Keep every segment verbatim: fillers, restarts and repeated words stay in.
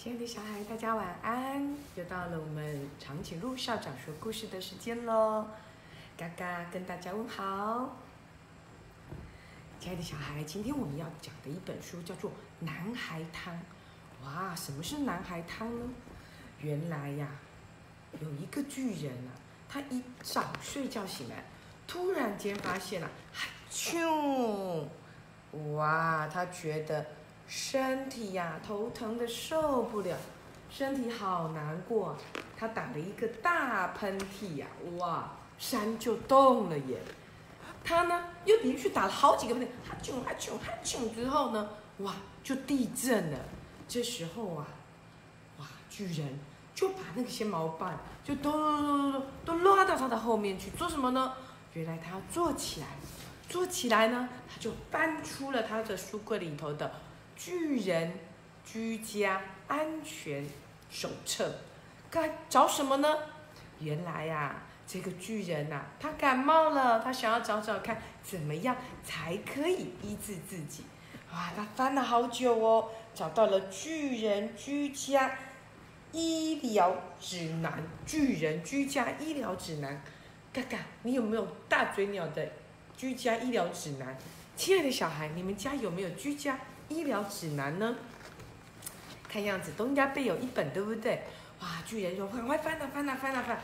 亲爱的小孩，大家晚安！又到了我们长颈鹿校长说故事的时间喽。嘎嘎跟大家问好。亲爱的小孩，今天我们要讲的一本书叫做《男孩汤》。哇，什么是男孩汤呢？原来呀，有一个巨人啊，他一早睡觉醒来，突然间发现了、啊，哈啾！哇，他觉得身体呀、啊、头疼的受不了，身体好难过、啊。他打了一个大喷嚏呀、啊，哇，山就动了耶。他呢又连续打了好几个喷嚏，哈啾哈啾哈啾之后呢，哇，就地震了。这时候啊，哇，巨人就把那些毛棒就都都都都拉到他的后面去做什么呢？原来他要坐起来，坐起来呢，他就翻出了他的书柜里头的巨人居家安全手册。该找什么呢？原来呀、啊，这个巨人呐、啊，他感冒了，他想要找找看怎么样才可以医治自己。哇，他翻了好久哦，找到了巨人居家医疗指南。巨人居家医疗指南，嘎嘎，你有没有大嘴鸟的居家医疗指南？亲爱的小孩，你们家有没有居家医疗指南呢？看样子都应该备有一本，对不对？哇，巨人说：“赶快翻啊翻啊翻啊翻！”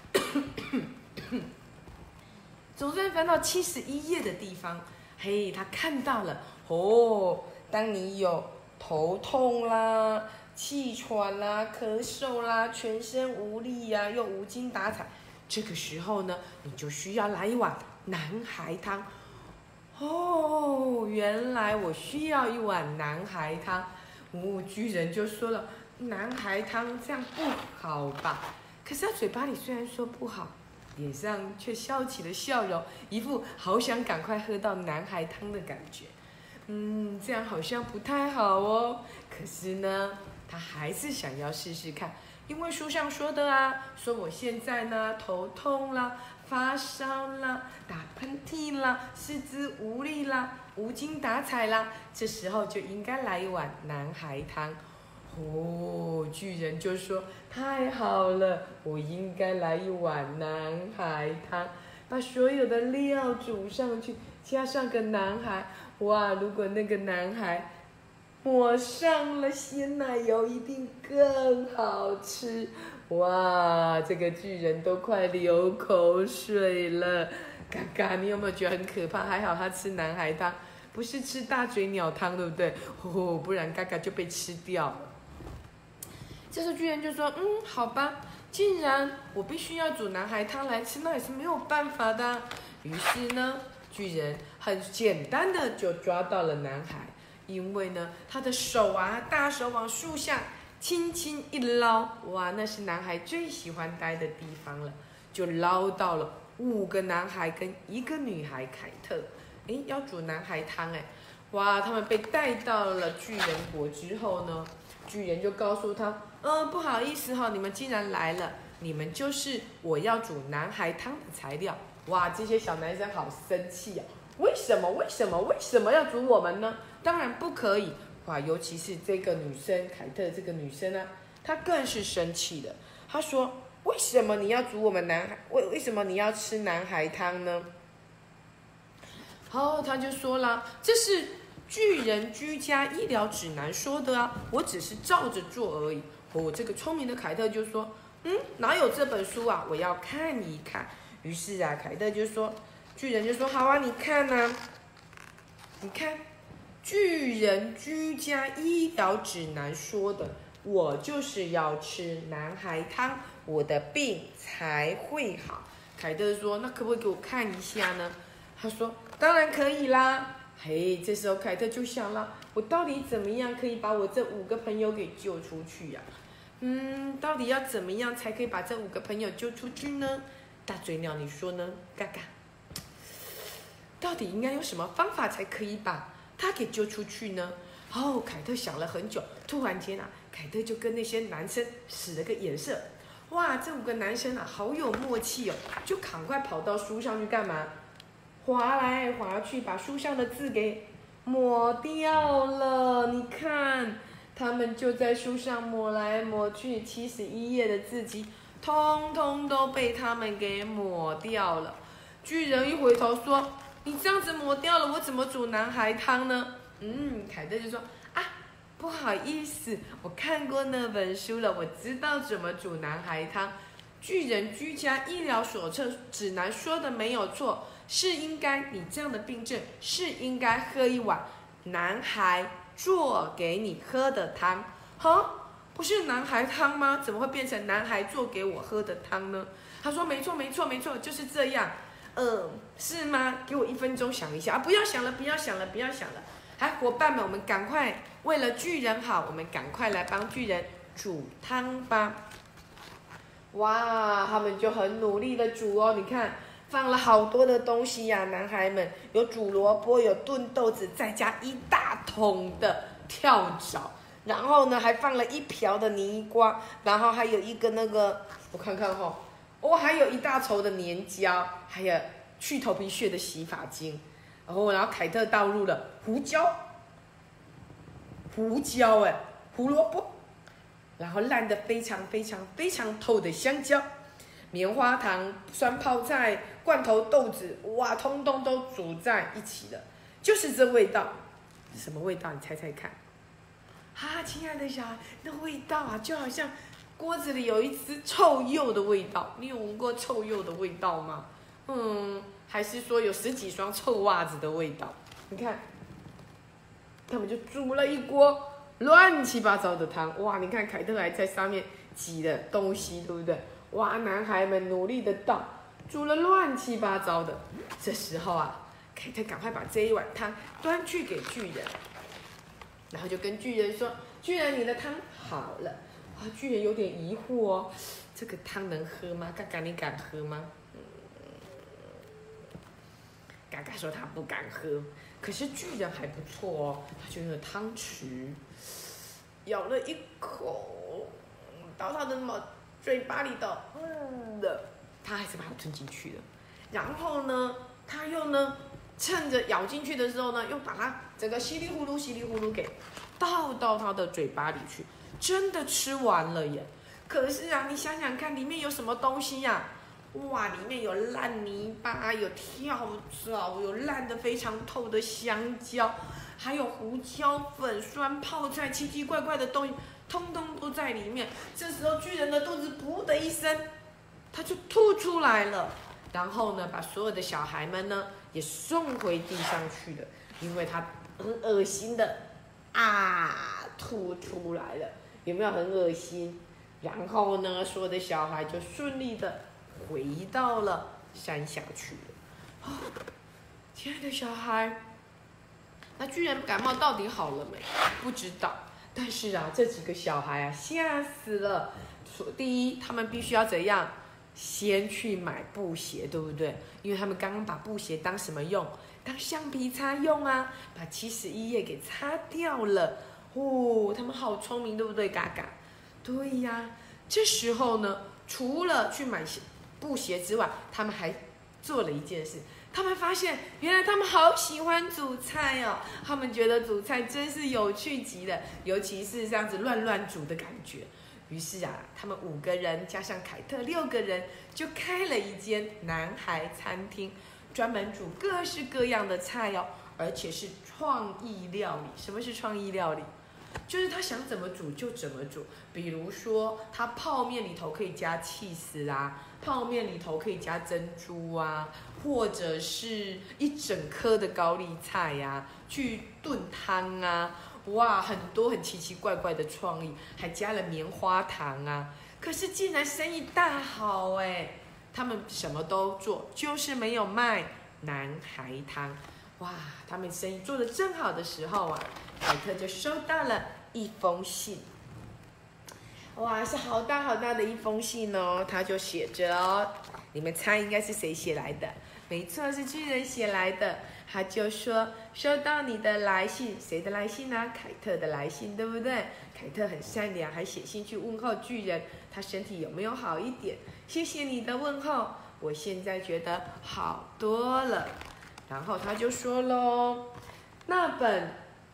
总算翻到七十一页的地方，嘿，他看到了哦。当你有头痛啦、气喘啦、咳嗽啦、全身无力呀、啊，又无精打采，这个时候呢，你就需要来一碗男孩汤。哦，原来我需要一碗男孩汤。哦，巨人就说了：“男孩汤这样不好吧？”可是他嘴巴里虽然说不好，脸上却笑起了笑容，一副好想赶快喝到男孩汤的感觉。嗯，这样好像不太好哦。可是呢，他还是想要试试看，因为书上说的啊，说我现在呢头痛啦、发烧啦、打喷嚏啦、四肢无力啦、无精打采啦，这时候就应该来一碗男孩汤。哦，巨人就说：“太好了，我应该来一碗男孩汤，把所有的料煮上去，加上个男孩。哇，如果那个男孩抹上了鲜奶油，一定更好吃。哇，这个巨人都快流口水了。嘎嘎，你有没有觉得很可怕？还好他吃男孩汤，不是吃大嘴鸟汤，对不对？哦，不然嘎嘎就被吃掉了。”这时候巨人就说：“嗯，好吧，既然我必须要煮男孩汤来吃，那也是没有办法的。”于是呢，巨人很简单的就抓到了男孩，因为呢，他的手啊，大手往树下轻轻一捞，哇，那是男孩最喜欢待的地方了，就捞到了五个男孩跟一个女孩凯特。诶，要煮男孩汤诶，哇，他们被带到了巨人国之后呢，巨人就告诉他：“呃，不好意思哈、哦，你们既然来了，你们就是我要煮男孩汤的材料。”哇，这些小男生好生气啊！为什么？为什么？为什么要煮我们呢？当然不可以！哇，尤其是这个女生凯特这个女生呢、啊，她更是生气的。她说：“为什么你要煮我们男孩？为为什么你要吃男孩汤呢？”好，他就说了：“这是巨人居家医疗指南说的啊，我只是照着做而已。”哦，这个聪明的凯特就说：“嗯，哪有这本书啊？我要看一看。”于是啊，凯特就说，巨人就说：“好啊，你看啊，你看，巨人居家医疗指南说的，我就是要吃男孩汤，我的病才会好。”凯特说：“那可不可以给我看一下呢？”他说：“当然可以啦。”嘿，这时候凯特就想了，我到底怎么样可以把我这五个朋友给救出去呀、啊？嗯，到底要怎么样才可以把这五个朋友救出去呢？大嘴鸟，你说呢？嘎嘎，到底应该有什么方法才可以把他给救出去呢？哦，凯特想了很久，突然间啊，凯特就跟那些男生使了个眼色。哇，这五个男生啊，好有默契哦，就赶快跑到书上去干嘛？划来划去，把书上的字给抹掉了。你看， 他们就在书上抹来抹去，七十一页的字迹，通通都被他们给抹掉了。巨人一回头说：“你这样子抹掉了，我怎么煮南海汤呢？”嗯，凯特就说：“啊，不好意思，我看过那本书了，我知道怎么煮南海汤。巨人居家医疗手册指南说的没有错，是应该你这样的病症是应该喝一碗南海做给你喝的汤。哈，不是南海汤吗？怎么会变成南海做给我喝的汤呢？”他说：“没错，没错，没错，就是这样。呃，是吗？给我一分钟想一下啊！不要想了，不要想了，不要想了。哎，伙伴们，我们赶快为了巨人好，我们赶快来帮巨人煮汤吧。”哇，他们就很努力的煮哦，你看放了好多的东西呀、啊，男孩们有煮萝卜，有炖豆子，再加一大桶的跳蚤，然后呢还放了一瓢的泥瓜，然后还有一个那个我看看哈、哦，哦还有一大筹的粘胶，还有去头皮屑的洗发精，然后然后凯特倒入了胡椒，胡椒哎，胡萝卜。然后烂得非常非常非常透的香蕉、棉花糖、酸泡菜、罐头豆子，哇，通通都煮在一起了，就是这味道。什么味道？你猜猜看。啊，亲爱的小孩，那味道啊，就好像锅子里有一只臭鼬的味道。你有闻过臭鼬的味道吗？嗯，还是说有十几双臭袜子的味道？你看，他们就煮了一锅乱七八糟的汤，哇！你看凯特还在上面挤了东西，对不对？哇！男孩们努力的倒，煮了乱七八糟的。这时候啊，凯特赶快把这一碗汤端去给巨人，然后就跟巨人说：“巨人，你的汤好了。”啊，巨人有点疑惑哦，这个汤能喝吗？嘎嘎，你敢喝吗？嗯，嘎嘎说他不敢喝。可是巨人还不错哦，他就用了汤匙咬了一口，到他的嘴巴里头，嗯的，他还是把它吞进去了。然后呢，他又呢，趁着咬进去的时候呢，又把它整个稀里呼噜、稀里呼噜给倒到他的嘴巴里去，真的吃完了耶！可是啊，你想想看，里面有什么东西呀、啊？哇，里面有烂泥巴，有跳蚤，有烂得非常透的香蕉，还有胡椒粉、酸泡菜，奇奇怪怪的东西，通通都在里面。这时候巨人的肚子噗的一声，他就吐出来了。然后呢，把所有的小孩们呢也送回地上去了，因为他很恶心的啊吐出来了，有没有很恶心？然后呢，所有的小孩就顺利的回到了山下去了。哦，亲爱的小孩，那巨人感冒到底好了没？不知道。但是啊，这几个小孩啊，吓死了。第一，他们必须要怎样？先去买布鞋，对不对？因为他们刚刚把布鞋当什么用？当橡皮擦用啊，把七十一页给擦掉了。哦，他们好聪明，对不对，嘎嘎？对呀。这时候呢，除了去买布鞋之外，他们还做了一件事。他们发现，原来他们好喜欢煮菜哦。他们觉得煮菜真是有趣极了，尤其是这样子乱乱煮的感觉。于是啊，他们五个人加上凯特六个人，就开了一间男孩餐厅，专门煮各式各样的菜哦，而且是创意料理。什么是创意料理？就是他想怎么煮就怎么煮。比如说，他泡面里头可以加起司啊，泡面里头可以加珍珠啊，或者是一整颗的高丽菜呀、啊，去炖汤啊。哇，很多很奇奇怪怪的创意，还加了棉花糖啊！可是竟然生意大好哎！他们什么都做，就是没有卖男孩汤。哇，他们生意做得正好的时候啊，凯特就收到了一封信。哇，是好大好大的一封信哦！他就写着哦，你们猜应该是谁写来的？没错，是巨人写来的。他就说收到你的来信，谁的来信呢、啊？凯特的来信，对不对？凯特很善良，还写信去问候巨人，他身体有没有好一点？谢谢你的问候，我现在觉得好多了。然后他就说喽，那本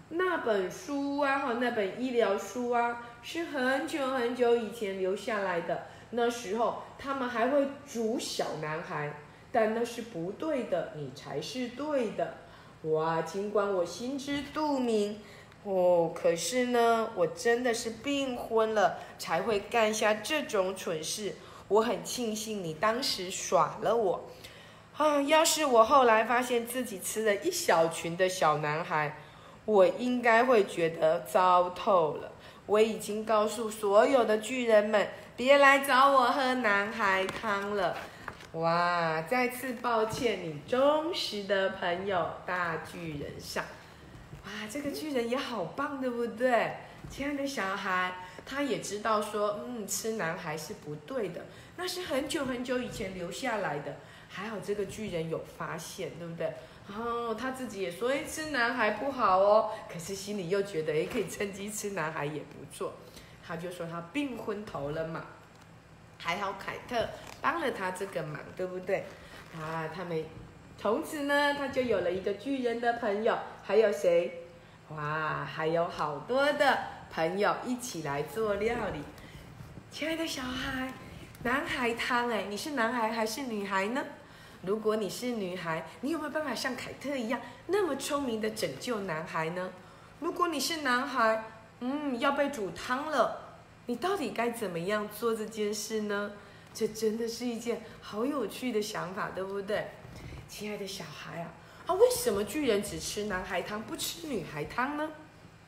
那本书啊，哈，那本医疗书啊，是很久很久以前留下来的。那时候他们还会煮小男孩，但那是不对的，你才是对的。哇，尽管我心知肚明，哦，可是呢，我真的是病昏了，才会干下这种蠢事。我很庆幸你当时耍了我。啊，要是我后来发现自己吃了一小群的小男孩，我应该会觉得糟透了。我已经告诉所有的巨人们，别来找我喝男孩汤了。哇，再次抱歉，你忠实的朋友大巨人上。哇，这个巨人也好棒，对不对？亲爱的小孩，他也知道说，嗯，吃男孩是不对的，那是很久很久以前留下来的。还好这个巨人有发现，对不对？哦，他自己也说，哎，吃男孩不好哦，可是心里又觉得，哎，可以趁机吃男孩也不错。他就说他病昏头了嘛。还好凯特帮了他这个忙，对不对？啊，他们从此呢，他就有了一个巨人的朋友，还有谁？哇，还有好多的朋友一起来做料理。亲爱的小孩，男孩汤哎，你是男孩还是女孩呢？如果你是女孩，你有没有办法像凯特一样那么聪明的拯救男孩呢？如果你是男孩，嗯，要被煮汤了。你到底该怎么样做这件事呢？这真的是一件好有趣的想法，对不对？亲爱的小孩啊，啊，为什么巨人只吃男孩汤，不吃女孩汤呢？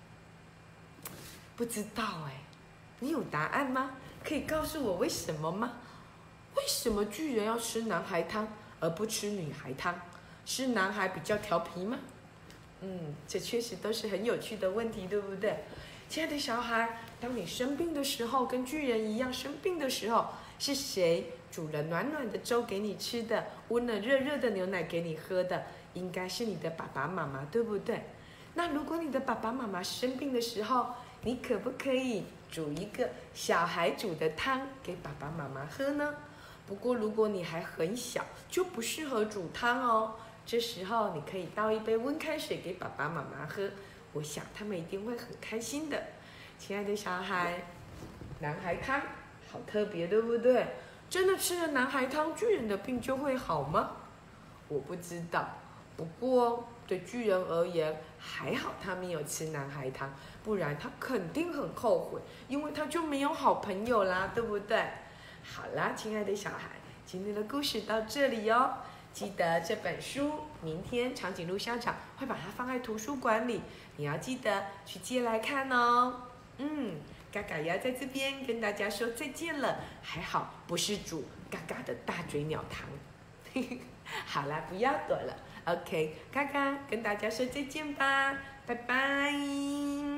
不知道哎，你有答案吗？可以告诉我为什么吗？为什么巨人要吃男孩汤而不吃女孩汤？是男孩比较调皮吗？嗯，这确实都是很有趣的问题，对不对？亲爱的小孩，当你生病的时候，跟巨人一样生病的时候，是谁煮了暖暖的粥给你吃的，温了热热的牛奶给你喝的？应该是你的爸爸妈妈，对不对？那如果你的爸爸妈妈生病的时候，你可不可以煮一个小孩煮的汤给爸爸妈妈喝呢？不过如果你还很小，就不适合煮汤哦。这时候你可以倒一杯温开水给爸爸妈妈喝。我想他们一定会很开心的。亲爱的小孩，男孩汤好特别，对不对？真的吃了男孩汤，巨人的病就会好吗？我不知道。不过对巨人而言，还好他没有吃男孩汤，不然他肯定很后悔，因为他就没有好朋友啦，对不对？好啦，亲爱的小孩，今天的故事到这里哦。记得这本书，明天长颈鹿校长会把它放在图书馆里，你要记得去借来看哦。嗯，嘎嘎要在这边跟大家说再见了，还好不是煮嘎嘎的大嘴鸟汤。好啦，不要躲了 ，OK， 嘎嘎跟大家说再见吧，拜拜。